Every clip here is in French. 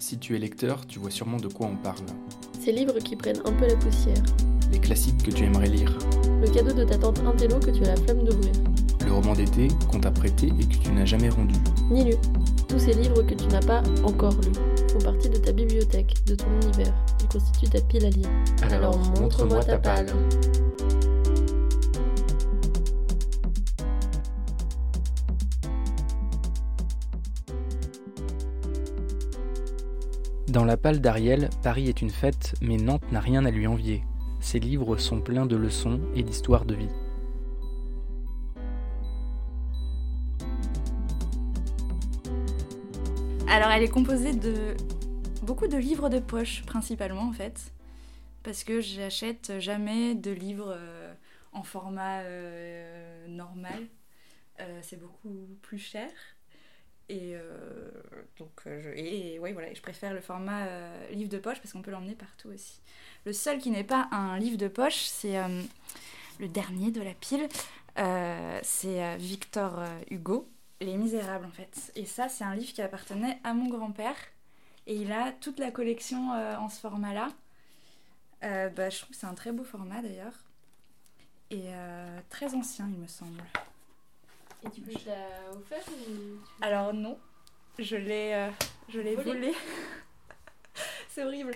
Si tu es lecteur, tu vois sûrement de quoi on parle. Ces livres qui prennent un peu la poussière. Les classiques que tu aimerais lire. Le cadeau de ta tante intello que tu as la flemme d'ouvrir. Le roman d'été qu'on t'a prêté et que tu n'as jamais rendu. Ni lu. Tous ces livres que tu n'as pas encore lus font partie de ta bibliothèque, de ton univers. Ils constituent ta pile à lire. Alors montre-moi ta palle. Dans la palle d'Ariel, Paris est une fête, mais Nantes n'a rien à lui envier. Ses livres sont pleins de leçons et d'histoires de vie. Alors elle est composée de beaucoup de livres de poche principalement en fait, parce que j'achète jamais de livres en format normal, c'est beaucoup plus cher. Et je préfère le format livre de poche parce qu'on peut l'emmener partout aussi. Le seul qui n'est pas un livre de poche, c'est le dernier de la pile. C'est Victor Hugo, Les Misérables en fait. Et ça, c'est un livre qui appartenait à mon grand-père. Et il a toute la collection en ce format-là. Je trouve que c'est un très beau format d'ailleurs. Et très ancien, il me semble. Et tu peux te l'a offert ou... Alors non, je l'ai volé. C'est horrible.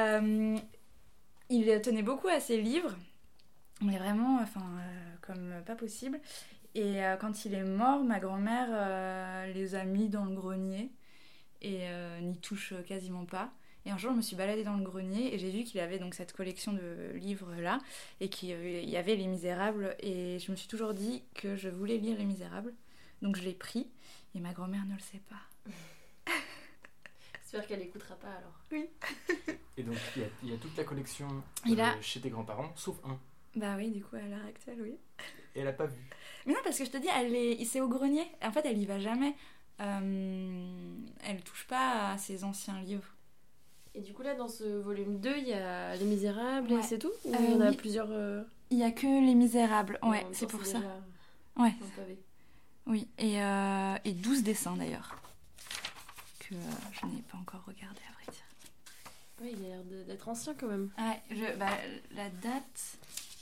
Il tenait beaucoup à ses livres, mais vraiment, comme pas possible. Et quand il est mort, ma grand-mère les a mis dans le grenier et n'y touche quasiment pas. Et un jour, je me suis baladée dans le grenier et j'ai vu qu'il avait donc cette collection de livres-là et qu'il y avait Les Misérables. Et je me suis toujours dit que je voulais lire Les Misérables. Donc je l'ai pris et ma grand-mère ne le sait pas. J'espère qu'elle n'écoutera pas alors. Oui. Et donc il y a toute la collection chez tes grands-parents, sauf un. Bah oui, du coup, à l'heure actuelle, oui. Et elle n'a pas vu. Mais non, parce que je te dis, c'est au grenier. En fait, elle y va jamais. Elle touche pas à ses anciens livres. Et du coup, là, dans ce volume 2, il y a Les Misérables et c'est tout ? Ou il y en a plusieurs... Il y a que Les Misérables, ouais, c'est pour ça. Ouais. Oui, et 12 dessins d'ailleurs. Que je n'ai pas encore regardé, à vrai dire. Oui, il a l'air d'être ancien quand même. Ouais, la date...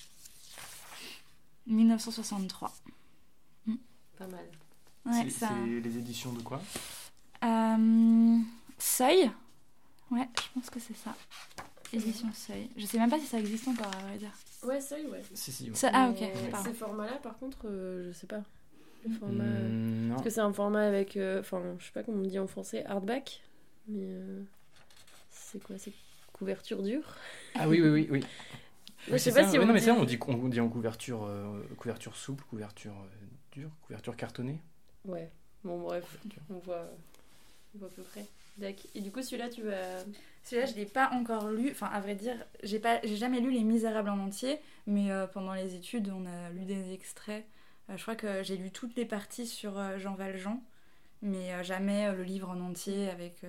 1963. Pas mal. Ouais, c'est les éditions de quoi ? Seuil. Ouais, je pense que c'est ça. Édition Seuil. Je sais même pas si ça existe encore, à vrai dire. Ouais, Seuil, ouais. Si. Ouais. Ok. Ces formats-là, par contre, je sais pas. Le format... non. Parce que c'est un format avec... je sais pas comment on dit en français, hardback. Mais c'est quoi ? C'est couverture dure ? Ah oui. Je sais pas si on on dit... dit... ça, on dit en couverture souple, couverture dure, couverture cartonnée. Ouais. Bon, bref, on voit à peu près. D'accord. Et du coup, celui-là, tu vas... Celui-là, je l'ai pas encore lu. Enfin, à vrai dire, j'ai jamais lu Les Misérables en entier, mais pendant les études, on a lu des extraits. Je crois que j'ai lu toutes les parties sur Jean Valjean, mais jamais le livre en entier avec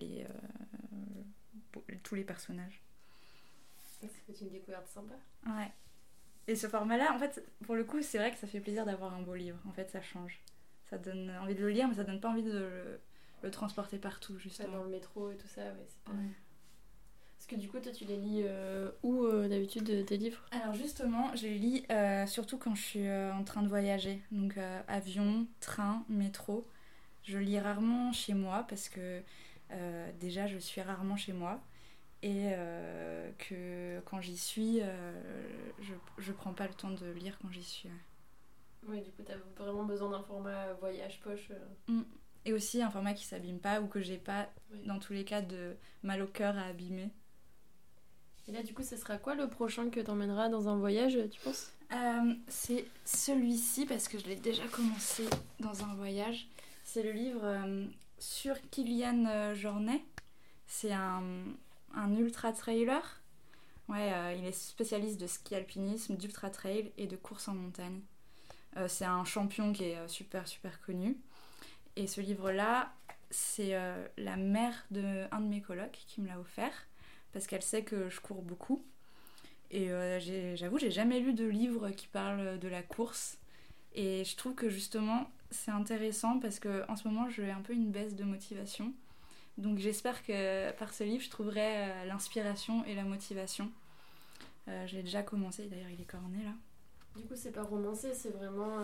tous les personnages. Ça fait une découverte sympa. Ouais. Et ce format-là, en fait, pour le coup, c'est vrai que ça fait plaisir d'avoir un beau livre. En fait, ça change. Ça donne envie de le lire, mais ça donne pas envie de le transporter partout, justement. Dans le métro et tout ça, ouais, c'est pas... Ouais. Parce que du coup, toi, tu les lis où, d'habitude, tes livres ? Alors justement, je les lis surtout quand je suis en train de voyager. Donc avion, train, métro. Je lis rarement chez moi parce que déjà, je suis rarement chez moi. Et que quand j'y suis, je prends pas le temps de lire quand j'y suis. Ouais, du coup, t'as vraiment besoin d'un format voyage poche. Et aussi un format qui s'abîme pas ou que j'ai pas, dans tous les cas, de mal au cœur à abîmer. Et là, du coup, ce sera quoi le prochain que t'emmèneras dans un voyage, tu penses ? C'est celui-ci, parce que je l'ai déjà commencé dans un voyage. C'est le livre sur Kylian Jornet. C'est un ultra-trailer. Ouais, il est spécialiste de ski alpinisme, d'ultra-trail et de course en montagne. C'est un champion qui est super, super connu. Et ce livre-là, c'est la mère d'un de mes colocs qui me l'a offert, parce qu'elle sait que je cours beaucoup. Et j'avoue, j'ai jamais lu de livre qui parle de la course. Et je trouve que justement, c'est intéressant parce qu'en ce moment, j'ai un peu une baisse de motivation. Donc j'espère que par ce livre, je trouverai l'inspiration et la motivation. Je l'ai déjà commencé, d'ailleurs il est corné là. Du coup, c'est pas romancé, c'est vraiment...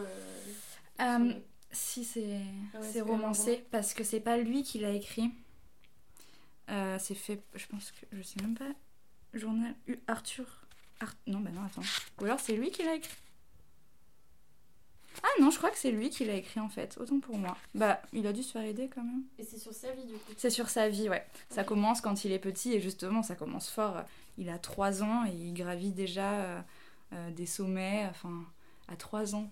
Si, c'est c'est romancé, parce que c'est pas lui qui l'a écrit. C'est fait, je pense que, je sais même pas, journal non, bah non, attends. Ou alors c'est lui qui l'a écrit. Ah non, je crois que c'est lui qui l'a écrit en fait, autant pour moi. Bah, il a dû se faire aider quand même. Et c'est sur sa vie du coup. C'est sur sa vie, ouais. Ça commence quand il est petit et justement, ça commence fort. Il a 3 ans et il gravit déjà des sommets, enfin, à 3 ans.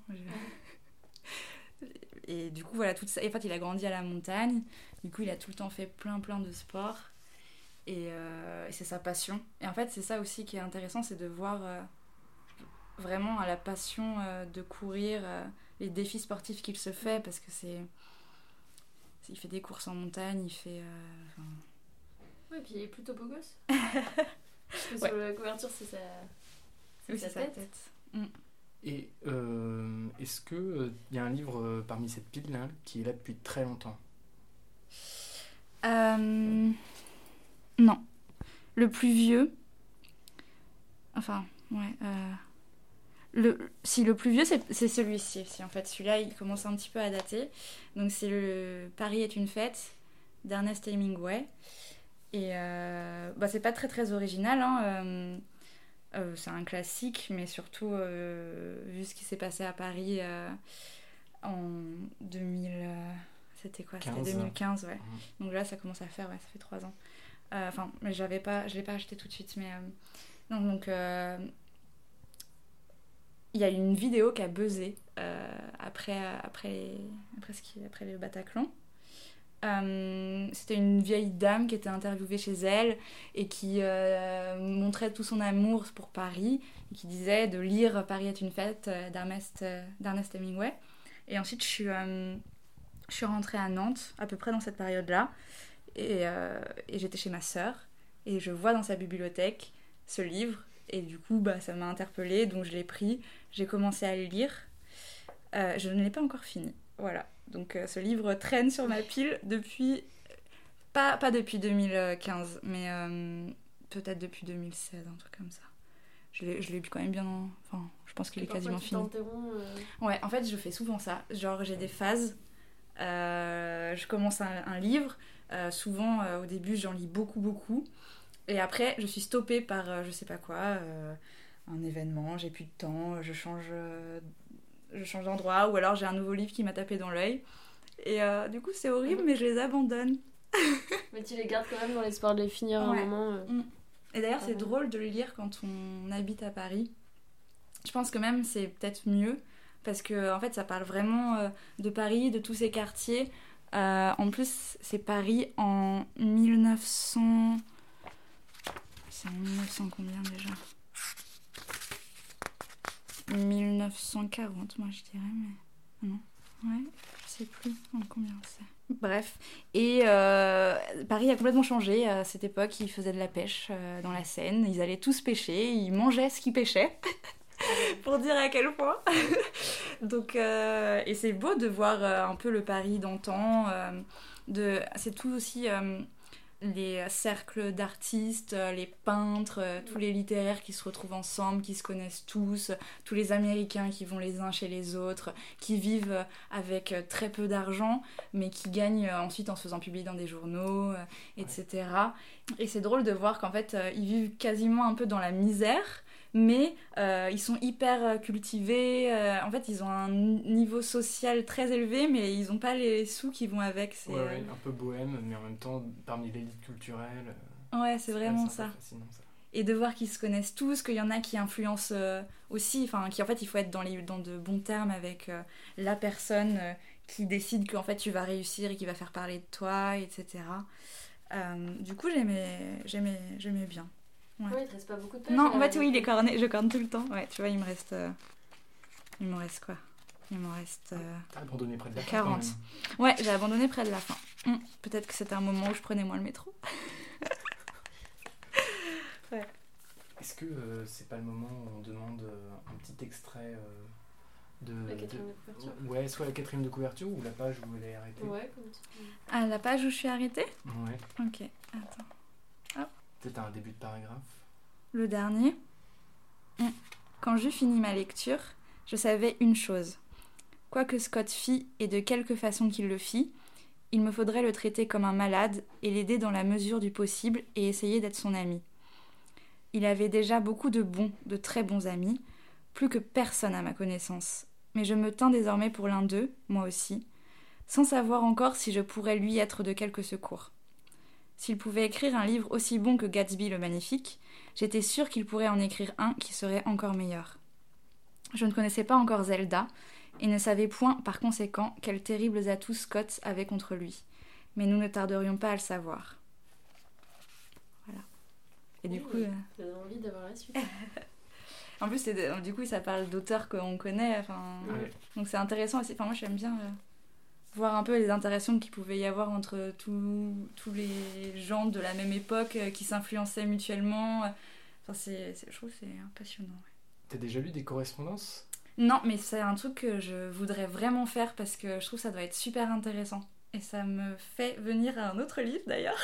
Et du coup, voilà, tout ça. Et en fait, il a grandi à la montagne. Du coup, il a tout le temps fait plein de sports. Et c'est sa passion. Et en fait, c'est ça aussi qui est intéressant, c'est de voir vraiment la passion de courir, les défis sportifs qu'il se fait, parce que il fait des courses en montagne, il fait... Ouais, puis il est plutôt beau gosse. Parce que sur la couverture, c'est sa tête. Et est-ce qu'il y a un livre parmi cette pile-là qui est là depuis très longtemps ? Non. Le plus vieux... Enfin, ouais... le plus vieux, c'est celui-ci. En fait, celui-là, il commence un petit peu à dater. Donc, c'est le Paris est une fête d'Ernest Hemingway. Et c'est pas très original, hein. C'est un classique, mais surtout, vu ce qui s'est passé à Paris en 2000... c'était quoi ? 15. C'était 2015, ouais. Donc là, ça commence à faire, ouais, ça fait 3 ans. Mais je l'ai pas acheté tout de suite, mais... non, donc... il y a une vidéo qui a buzzé après le Bataclan. C'était une vieille dame qui était interviewée chez elle et qui montrait tout son amour pour Paris et qui disait de lire Paris est une fête d'Ernest Hemingway. Et ensuite, je suis rentrée à Nantes, à peu près dans cette période-là, et j'étais chez ma sœur et je vois dans sa bibliothèque ce livre. Et du coup, ça m'a interpellée, donc je l'ai pris. J'ai commencé à le lire. Je ne l'ai pas encore fini. Voilà. Donc ce livre traîne sur ma pile depuis... Pas depuis 2015, mais peut-être depuis 2016, un truc comme ça. Je l'ai lu quand même bien... Enfin, je pense qu'il est quasiment fini. Ouais, en fait, je fais souvent ça. Genre, j'ai des phases. Je commence un livre. Souvent, au début, j'en lis beaucoup. Et après, je suis stoppée par je sais pas quoi, un événement, j'ai plus de temps, je change d'endroit, ou alors j'ai un nouveau livre qui m'a tapé dans l'œil. Et du coup, c'est horrible, mais je les abandonne. Mais tu les gardes quand même dans l'espoir de les finir un moment. Et d'ailleurs, c'est drôle de les lire quand on habite à Paris. Je pense que même c'est peut-être mieux, parce que en fait, ça parle vraiment de Paris, de tous ces quartiers. En plus, c'est Paris en 1900... C'est en 1900 combien déjà ? 1940, moi je dirais, mais... Non, ouais, je sais plus en combien c'est. Bref, et Paris a complètement changé à cette époque. Ils faisaient de la pêche dans la Seine, ils allaient tous pêcher, ils mangeaient ce qu'ils pêchaient, pour dire à quel point. Donc, et c'est beau de voir un peu le Paris d'antan. C'est tout aussi... les cercles d'artistes, les peintres, tous les littéraires qui se retrouvent ensemble, qui se connaissent tous les Américains qui vont les uns chez les autres, qui vivent avec très peu d'argent, mais qui gagnent ensuite en se faisant publier dans des journaux, etc. Et c'est drôle de voir qu'en fait, ils vivent quasiment un peu dans la misère, mais ils sont hyper cultivés. En fait, ils ont un niveau social très élevé, mais ils n'ont pas les sous qui vont avec. C'est un peu bohème, mais en même temps, parmi l'élite culturelle. Ouais, c'est vraiment ça. Fascinant, ça. Et de voir qu'ils se connaissent tous, qu'il y en a qui influencent aussi, enfin, qui en fait, il faut être dans de bons termes avec la personne qui décide qu'en fait, tu vas réussir et qui va faire parler de toi, etc. Du coup, j'aimais bien. Ouais. Ouais, il te reste pas beaucoup de pages. Non, en fait, oui, il est corné, je corne tout le temps. Ouais, tu vois, il me reste quoi ? Il m'en reste... T'as abandonné près de la fin 40. Ouais, j'ai abandonné près de la fin. Peut-être que c'était un moment où je prenais moins le métro. Ouais. Est-ce que c'est pas le moment où on demande un petit extrait La quatrième de couverture. Ouais, soit la quatrième de couverture ou la page où elle est arrêtée. Ouais, comme ça. Ah, la page où je suis arrêtée ? Ouais. Ok, attends. Hop. Peut-être un début de paragraphe. Le dernier. Quand j'eus fini ma lecture, je savais une chose. Quoi que Scott fît et de quelque façon qu'il le fît, il me faudrait le traiter comme un malade et l'aider dans la mesure du possible et essayer d'être son ami. Il avait déjà beaucoup de très bons amis, plus que personne à ma connaissance, mais je me tins désormais pour l'un d'eux, moi aussi, sans savoir encore si je pourrais lui être de quelque secours. S'il pouvait écrire un livre aussi bon que Gatsby le Magnifique, j'étais sûre qu'il pourrait en écrire un qui serait encore meilleur. Je ne connaissais pas encore Zelda, et ne savais point, par conséquent, quels terribles atouts Scott avait contre lui. Mais nous ne tarderions pas à le savoir. Voilà. Et du coup... Ça donne envie d'avoir la suite. En plus, du coup, ça parle d'auteurs qu'on connaît, Ouais. donc c'est intéressant aussi. Moi, j'aime bien voir un peu les interactions qu'il pouvait y avoir entre tous les gens de la même époque qui s'influençaient mutuellement. Je trouve que c'est passionnant. Ouais. T'as déjà lu des correspondances ? Non, mais c'est un truc que je voudrais vraiment faire parce que je trouve que ça doit être super intéressant. Et ça me fait venir à un autre livre d'ailleurs.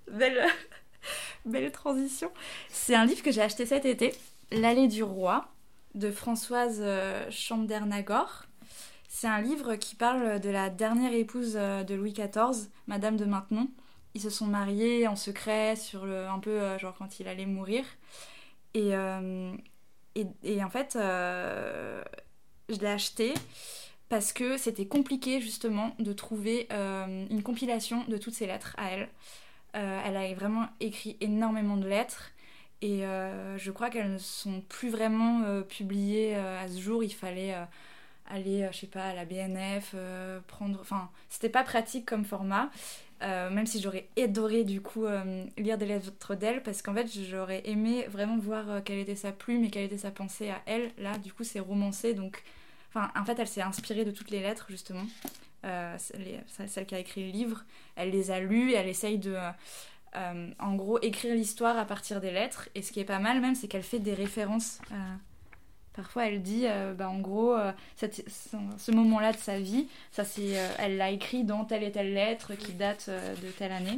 Belle transition. C'est un livre que j'ai acheté cet été, L'Allée du Roi, de Françoise Chandernagor. C'est un livre qui parle de la dernière épouse de Louis XIV, Madame de Maintenon. Ils se sont mariés en secret, un peu genre quand il allait mourir. Et en fait, je l'ai acheté parce que c'était compliqué justement de trouver une compilation de toutes ses lettres à elle. Elle a vraiment écrit énormément de lettres et je crois qu'elles ne sont plus vraiment publiées à ce jour. Il fallait aller, je sais pas, à la BNF, prendre... Enfin, c'était pas pratique comme format, même si j'aurais adoré du coup lire des lettres d'elle, parce qu'en fait j'aurais aimé vraiment voir quelle était sa plume et quelle était sa pensée à elle. Là, du coup, c'est romancé, donc... Enfin, en fait, elle s'est inspirée de toutes les lettres, justement. Celle qui a écrit le livre, elle les a lues et elle essaye de... en gros, écrire l'histoire à partir des lettres. Et ce qui est pas mal même, c'est qu'elle fait des références. Parfois, elle dit, en gros, ce moment-là de sa vie, elle l'a écrit dans telle et telle lettre qui date de telle année.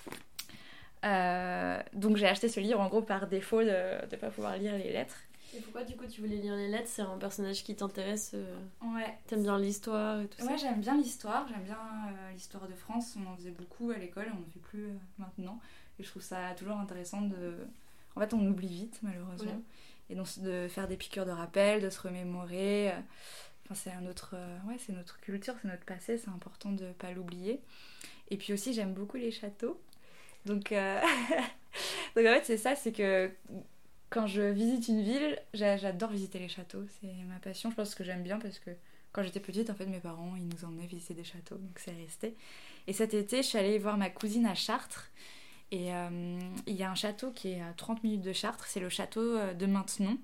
Donc j'ai acheté ce livre, en gros, par défaut de ne pas pouvoir lire les lettres. Et pourquoi, du coup, tu voulais lire les lettres ? C'est un personnage qui t'intéresse Ouais. T'aimes bien l'histoire et tout ça ? Ouais, j'aime bien l'histoire. J'aime bien l'histoire de France. On en faisait beaucoup à l'école, on n'en fait plus maintenant. Et je trouve ça toujours intéressant de... En fait, on oublie vite, malheureusement. Ouais. Et donc, de faire des piqûres de rappel, de se remémorer. C'est c'est notre culture, c'est notre passé. C'est important de ne pas l'oublier. Et puis aussi, j'aime beaucoup les châteaux. Donc en fait, c'est ça, c'est que... Quand je visite une ville, j'adore visiter les châteaux. C'est ma passion. Je pense que j'aime bien parce que quand j'étais petite, en fait, mes parents, ils nous emmenaient visiter des châteaux. Donc c'est resté. Et cet été, je suis allée voir ma cousine à Chartres. Et il y a un château qui est à 30 minutes de Chartres. C'est le château de Maintenon.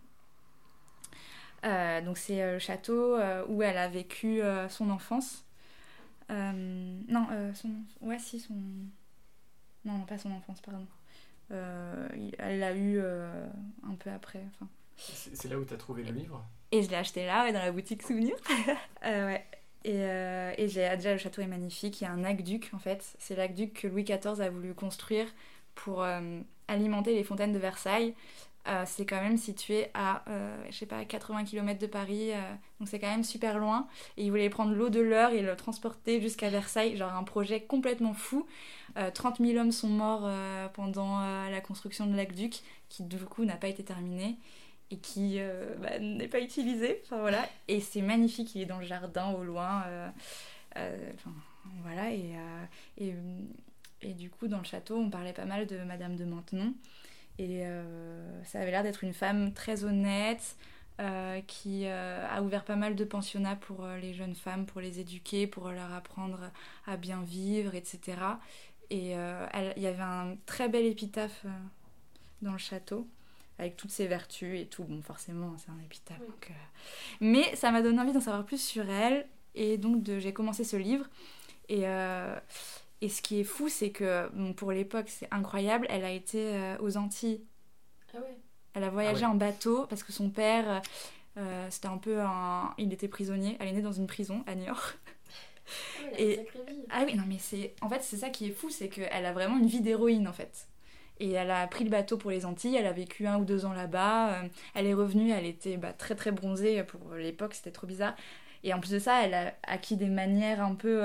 Donc c'est le château où elle a vécu son enfance. Non, pas son enfance, pardon. Elle l'a eu un peu après. C'est là où tu as trouvé le livre ? Et je l'ai acheté là, dans la boutique Souvenir. Ouais. Et déjà, le château est magnifique. Il y a un aqueduc, en fait. C'est l'aqueduc que Louis XIV a voulu construire pour alimenter les fontaines de Versailles. C'est quand même situé à, 80 km de Paris. Donc c'est quand même super loin. Et il voulait prendre l'eau de l'Eure et le transporter jusqu'à Versailles. Genre un projet complètement fou. 30 000 hommes sont morts pendant la construction de l'aqueduc, qui du coup n'a pas été terminé et qui n'est pas utilisé. Enfin voilà. Et c'est magnifique. Il est dans le jardin au loin. Voilà. Et du coup, dans le château, on parlait pas mal de Madame de Maintenon. Et ça avait l'air d'être une femme très honnête, qui a ouvert pas mal de pensionnats pour les jeunes femmes, pour les éduquer, pour leur apprendre à bien vivre, etc. Et il y avait un très bel épitaphe dans le château, avec toutes ses vertus et tout. Bon, forcément, c'est un épitaphe. Oui. Donc, mais ça m'a donné envie d'en savoir plus sur elle. Et donc, j'ai commencé ce livre. Et ce qui est fou, c'est que pour l'époque, c'est incroyable, elle a été aux Antilles. Ah ouais. Elle a voyagé en bateau parce que son père C'était un peu il était prisonnier. Elle est née dans une prison à Niort. Ah, elle a une sacrée vie. Ah oui, non, mais en fait, c'est ça qui est fou, c'est qu'elle a vraiment une vie d'héroïne, en fait. Et elle a pris le bateau pour les Antilles, elle a vécu 1 ou 2 ans là-bas. Elle est revenue, elle était très très bronzée pour l'époque, c'était trop bizarre. Et en plus de ça, elle a acquis des manières un peu...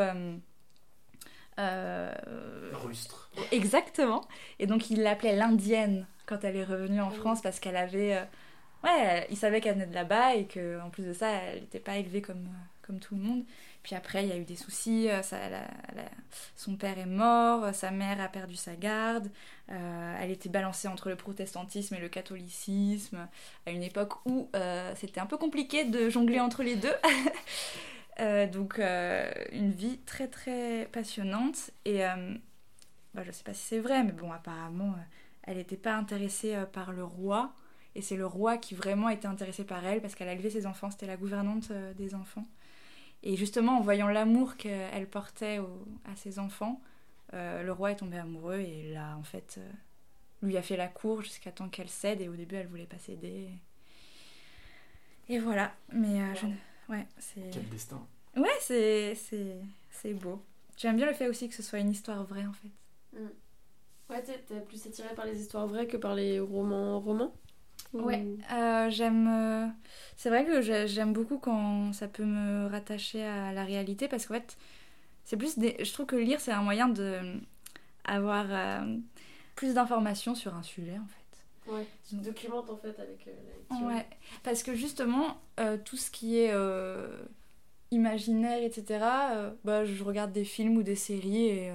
Rustre. Exactement. Et donc, il l'appelait l'Indienne quand elle est revenue en France parce qu'elle avait... il savait qu'elle venait de là-bas et qu'en plus de ça, elle n'était pas élevée comme tout le monde. Puis après, il y a eu des soucis. Son père est mort, sa mère a perdu sa garde. Elle était balancée entre le protestantisme et le catholicisme à une époque où c'était un peu compliqué de jongler entre les deux. Donc, une vie très très passionnante. Et je sais pas si c'est vrai, mais bon, apparemment, elle n'était pas intéressée par le roi. Et c'est le roi qui vraiment était intéressé par elle parce qu'elle a élevé ses enfants. C'était la gouvernante des enfants. Et justement, en voyant l'amour qu'elle portait à ses enfants, le roi est tombé amoureux et là, en fait, lui a fait la cour jusqu'à temps qu'elle cède. Et au début, elle voulait pas céder. Et voilà. Mais c'est... Quel destin. Ouais, c'est beau. J'aime bien le fait aussi que ce soit une histoire vraie, en fait. Ouais, t'es plus attirée par les histoires vraies que par les romans. Ouais, j'aime... c'est vrai que j'aime beaucoup quand ça peut me rattacher à la réalité, parce qu'en fait, c'est plus je trouve que lire, c'est un moyen d'avoir plus d'informations sur un sujet, en fait. Ouais, tu te documentes, en fait, avec la lecture. Ouais, parce que justement, tout ce qui est imaginaire, etc., je regarde des films ou des séries et...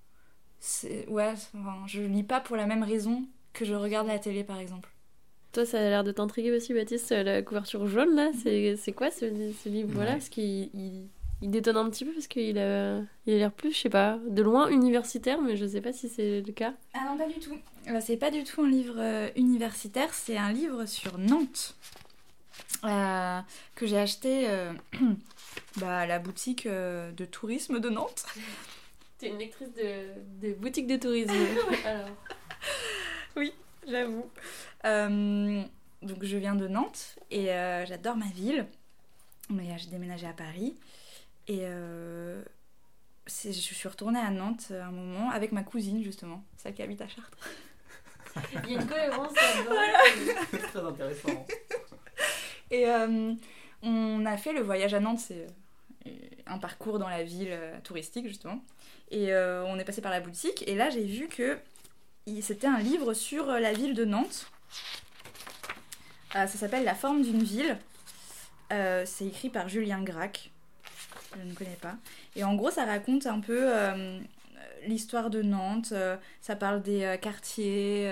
je lis pas pour la même raison que je regarde la télé, par exemple. Toi, ça a l'air de t'intriguer aussi, Baptiste, la couverture jaune, là. C'est quoi ce livre-là? Parce qu'il détonne un petit peu, parce qu'il a l'air plus, je sais pas, de loin universitaire, mais je sais pas si c'est le cas. Ah non, pas du tout. C'est pas du tout un livre universitaire, c'est un livre sur Nantes que j'ai acheté à la boutique de tourisme de Nantes. T'es une lectrice de boutique de tourisme. Alors. Oui, j'avoue. Donc je viens de Nantes et j'adore ma ville. Mais j'ai déménagé à Paris et je suis retournée à Nantes un moment avec ma cousine, justement, celle qui habite à Chartres. Il y a une cohérence là-dedans. Voilà. C'est très intéressant. Et on a fait le voyage à Nantes, c'est un parcours dans la ville touristique, justement. Et on est passé par la boutique et là j'ai vu que c'était un livre sur la ville de Nantes. Ça s'appelle La forme d'une ville. C'est écrit par Julien Gracq. Je ne connais pas. Et en gros, ça raconte un peu l'histoire de Nantes. Ça parle des quartiers.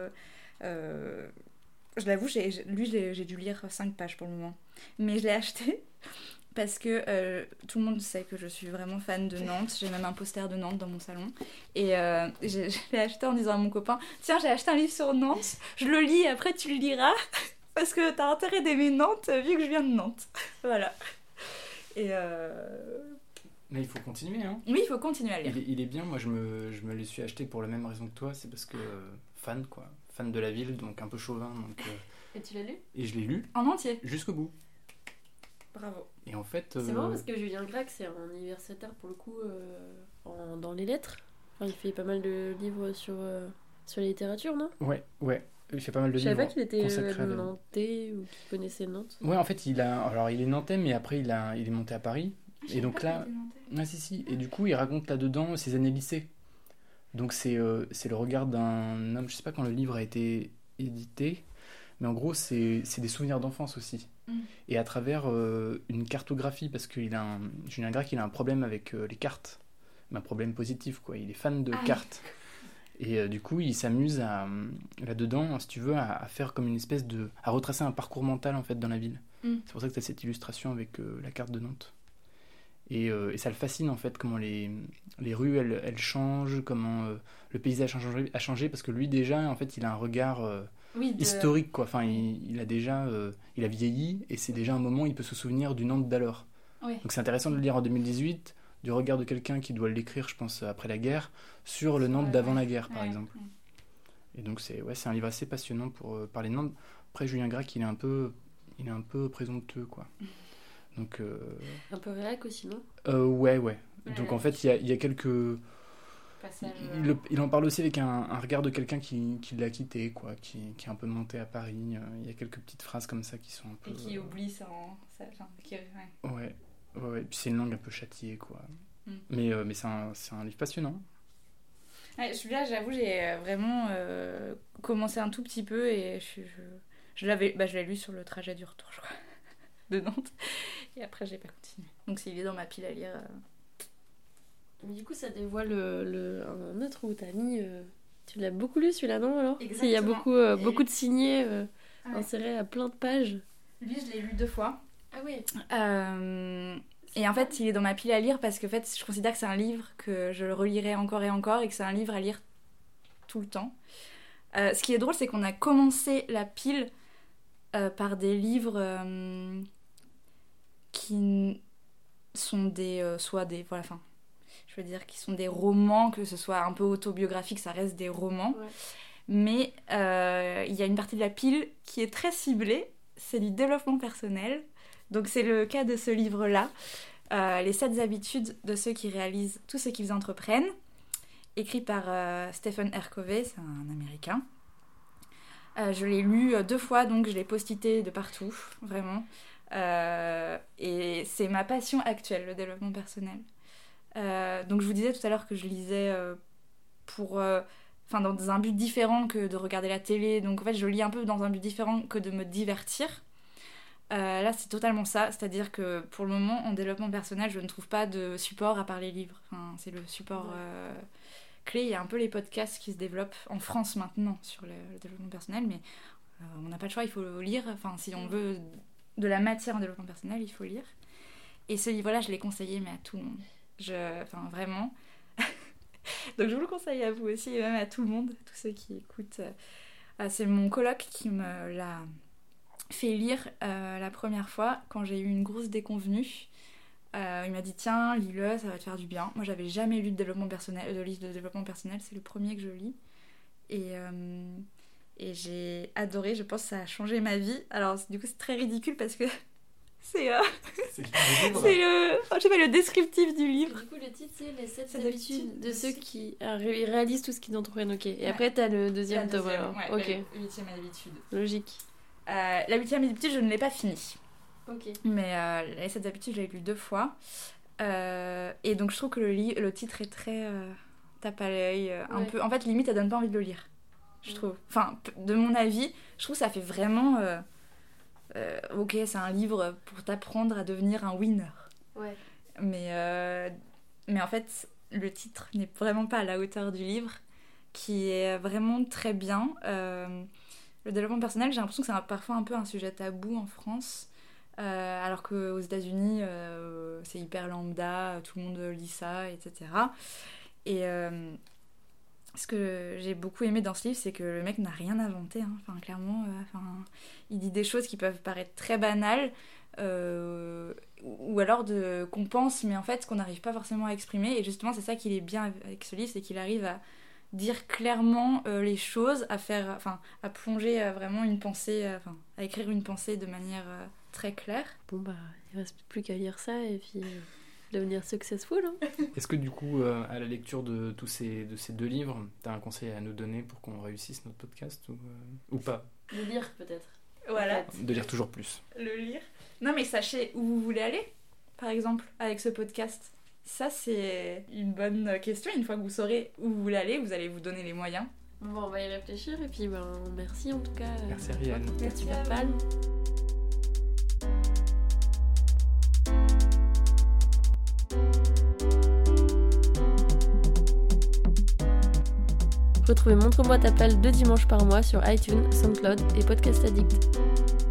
Je l'avoue, j'ai dû lire 5 pages pour le moment. Mais je l'ai acheté parce que tout le monde sait que je suis vraiment fan de Nantes. J'ai même un poster de Nantes dans mon salon. Et je l'ai acheté en disant à mon copain, tiens, j'ai acheté un livre sur Nantes, je le lis et après tu le liras. Parce que t'as intérêt d'aimer Nantes vu que je viens de Nantes. Voilà. Et Mais il faut continuer, hein. Oui, il faut continuer à lire. Il est bien, moi je me le suis acheté pour la même raison que toi, c'est parce que fan, quoi. Fan de la ville, donc un peu chauvin. Donc, Et tu l'as lu? Et je l'ai lu. En entier? Jusqu'au bout. Bravo. Et en fait... C'est marrant parce que Julien Gracq, c'est un universitaire pour le coup dans les lettres. Enfin, il fait pas mal de livres sur la littérature, non? Ouais. Il fait pas mal de livres. Je savais pas qu'il était nantais ou qu'il connaissait Nantes. Ouais, en fait, il est nantais, mais après, il est monté à Paris. Et donc là... Ah, si. Et du coup, il raconte là-dedans ses années lycée. Donc c'est le regard d'un homme... Je sais pas quand le livre a été édité, mais en gros, c'est des souvenirs d'enfance aussi. Et à travers une cartographie, parce que Julien Gracq, il a un problème avec les cartes. Mais un problème positif, quoi. Il est fan de cartes. Et du coup, il s'amuse là-dedans, si tu veux, à faire comme une espèce à retracer un parcours mental, en fait, dans la ville. C'est pour ça que tu as cette illustration avec la carte de Nantes. Et ça le fascine, en fait, comment les rues, elles changent, comment le paysage a changé, parce que lui, déjà, en fait, il a un regard historique, quoi. Enfin, il a vieilli, et c'est déjà un moment où il peut se souvenir du Nantes d'alors. Oui. Donc c'est intéressant de le lire en 2018, du regard de quelqu'un qui doit l'écrire, je pense, après la guerre, sur le Nantes d'avant la guerre, par exemple. Et donc c'est un livre assez passionnant pour parler de Nantes. Après, Julien Gracq, il est un peu il est un peu présomptueux, quoi. Donc, un peu réac aussi, non? Ouais. Donc en fait, il y a quelques... Passage, il en parle aussi avec un regard de quelqu'un qui l'a quitté, quoi, qui est un peu monté à Paris. Il y a quelques petites phrases comme ça qui sont un peu... Et qui oublie ça. Ouais. Puis c'est une langue un peu châtiée, quoi. Mais c'est un livre passionnant. Ouais, celui-là, j'avoue, j'ai vraiment commencé un tout petit peu et je l'ai lu sur le trajet du retour, je crois, de Nantes. Et après, j'ai pas continué. Donc, il est dans ma pile à lire. Mais du coup, ça dévoile un autre où t'as mis... Tu l'as beaucoup lu, celui-là, non, alors? Exactement. Il y a beaucoup de signés insérés à plein de pages. Lui, je l'ai lu 2 fois. Ah oui. Et en fait, il est dans ma pile à lire parce que en fait, je considère que c'est un livre que je le relirai encore et encore et que c'est un livre à lire tout le temps. Ce qui est drôle, c'est qu'on a commencé la pile par des livres qui sont qui sont des romans, que ce soit un peu autobiographique, ça reste des romans. Ouais. Mais il y a une partie de la pile qui est très ciblée, c'est du développement personnel. Donc c'est le cas de ce livre-là, Les 7 habitudes de ceux qui réalisent tout ce qu'ils entreprennent, écrit par Stephen R. Covey, c'est un Américain. Je l'ai lu 2 fois, donc je l'ai postité de partout, vraiment. Et c'est ma passion actuelle, le développement personnel. Donc je vous disais tout à l'heure que je lisais dans un but différent que de regarder la télé. Donc en fait, je lis un peu dans un but différent que de me divertir. Là, c'est totalement ça. C'est-à-dire que pour le moment, en développement personnel, je ne trouve pas de support à part les livres. Enfin, c'est le support clé. Il y a un peu les podcasts qui se développent en France maintenant sur le développement personnel, mais on n'a pas le choix, il faut lire. Enfin, si on veut de la matière en développement personnel, il faut lire. Et ce livre-là, je l'ai conseillé, mais à tout le monde. Vraiment. Donc je vous le conseille à vous aussi, et même à tout le monde, tous ceux qui écoutent. C'est mon coloc qui me l'a fait lire la première fois quand j'ai eu une grosse déconvenue. Il m'a dit tiens, lis-le, ça va te faire du bien. Moi, j'avais jamais lu de livre de développement personnel, c'est le premier que je lis. Et j'ai adoré, je pense que ça a changé ma vie. Alors du coup, c'est très ridicule parce que c'est le descriptif du livre. Du coup, le titre, c'est Les 7 habitudes de ceux qui réalisent tout ce qu'ils entreprennent. Ok. Et après, t'as le deuxième tome. Ouais, ok. La 8e habitude. Logique. La 8e habitude, je ne l'ai pas fini. Ok. Mais les 7 habitudes, je l'ai lu 2 fois. Et donc, je trouve que le titre est très tape à l'œil. Un peu... En fait, limite, ça donne pas envie de le lire. Je trouve. Enfin, de mon avis, je trouve que ça fait vraiment... ok, c'est un livre pour t'apprendre à devenir un winner. Ouais. Mais en fait, le titre n'est vraiment pas à la hauteur du livre, qui est vraiment très bien. Le développement personnel, j'ai l'impression que c'est parfois un peu un sujet tabou en France, alors qu'aux États-Unis, c'est hyper lambda, tout le monde lit ça, etc. Et ce que j'ai beaucoup aimé dans ce livre, c'est que le mec n'a rien inventé. Hein. Enfin, clairement, il dit des choses qui peuvent paraître très banales, ou alors qu'on pense, mais en fait, qu'on n'arrive pas forcément à exprimer. Et justement, c'est ça qu'il est bien avec ce livre, c'est qu'il arrive à dire clairement les choses, à plonger vraiment une pensée, à écrire une pensée de manière très claire. Bon, bah, il reste plus qu'à lire ça et puis... devenir successful. Hein. Est-ce que du coup, à la lecture de ces 2 livres, tu as un conseil à nous donner pour qu'on réussisse notre podcast ou pas? De lire peut-être. Voilà. De lire toujours plus. Le lire. Non mais sachez où vous voulez aller, par exemple, avec ce podcast. Ça, c'est une bonne question. Une fois que vous saurez où vous voulez aller, vous allez vous donner les moyens. Bon, on va y réfléchir et puis merci en tout cas. Merci Ariane. Merci Papal. Retrouvez Montre-moi ta palle 2 dimanches par mois sur iTunes, SoundCloud et Podcast Addict.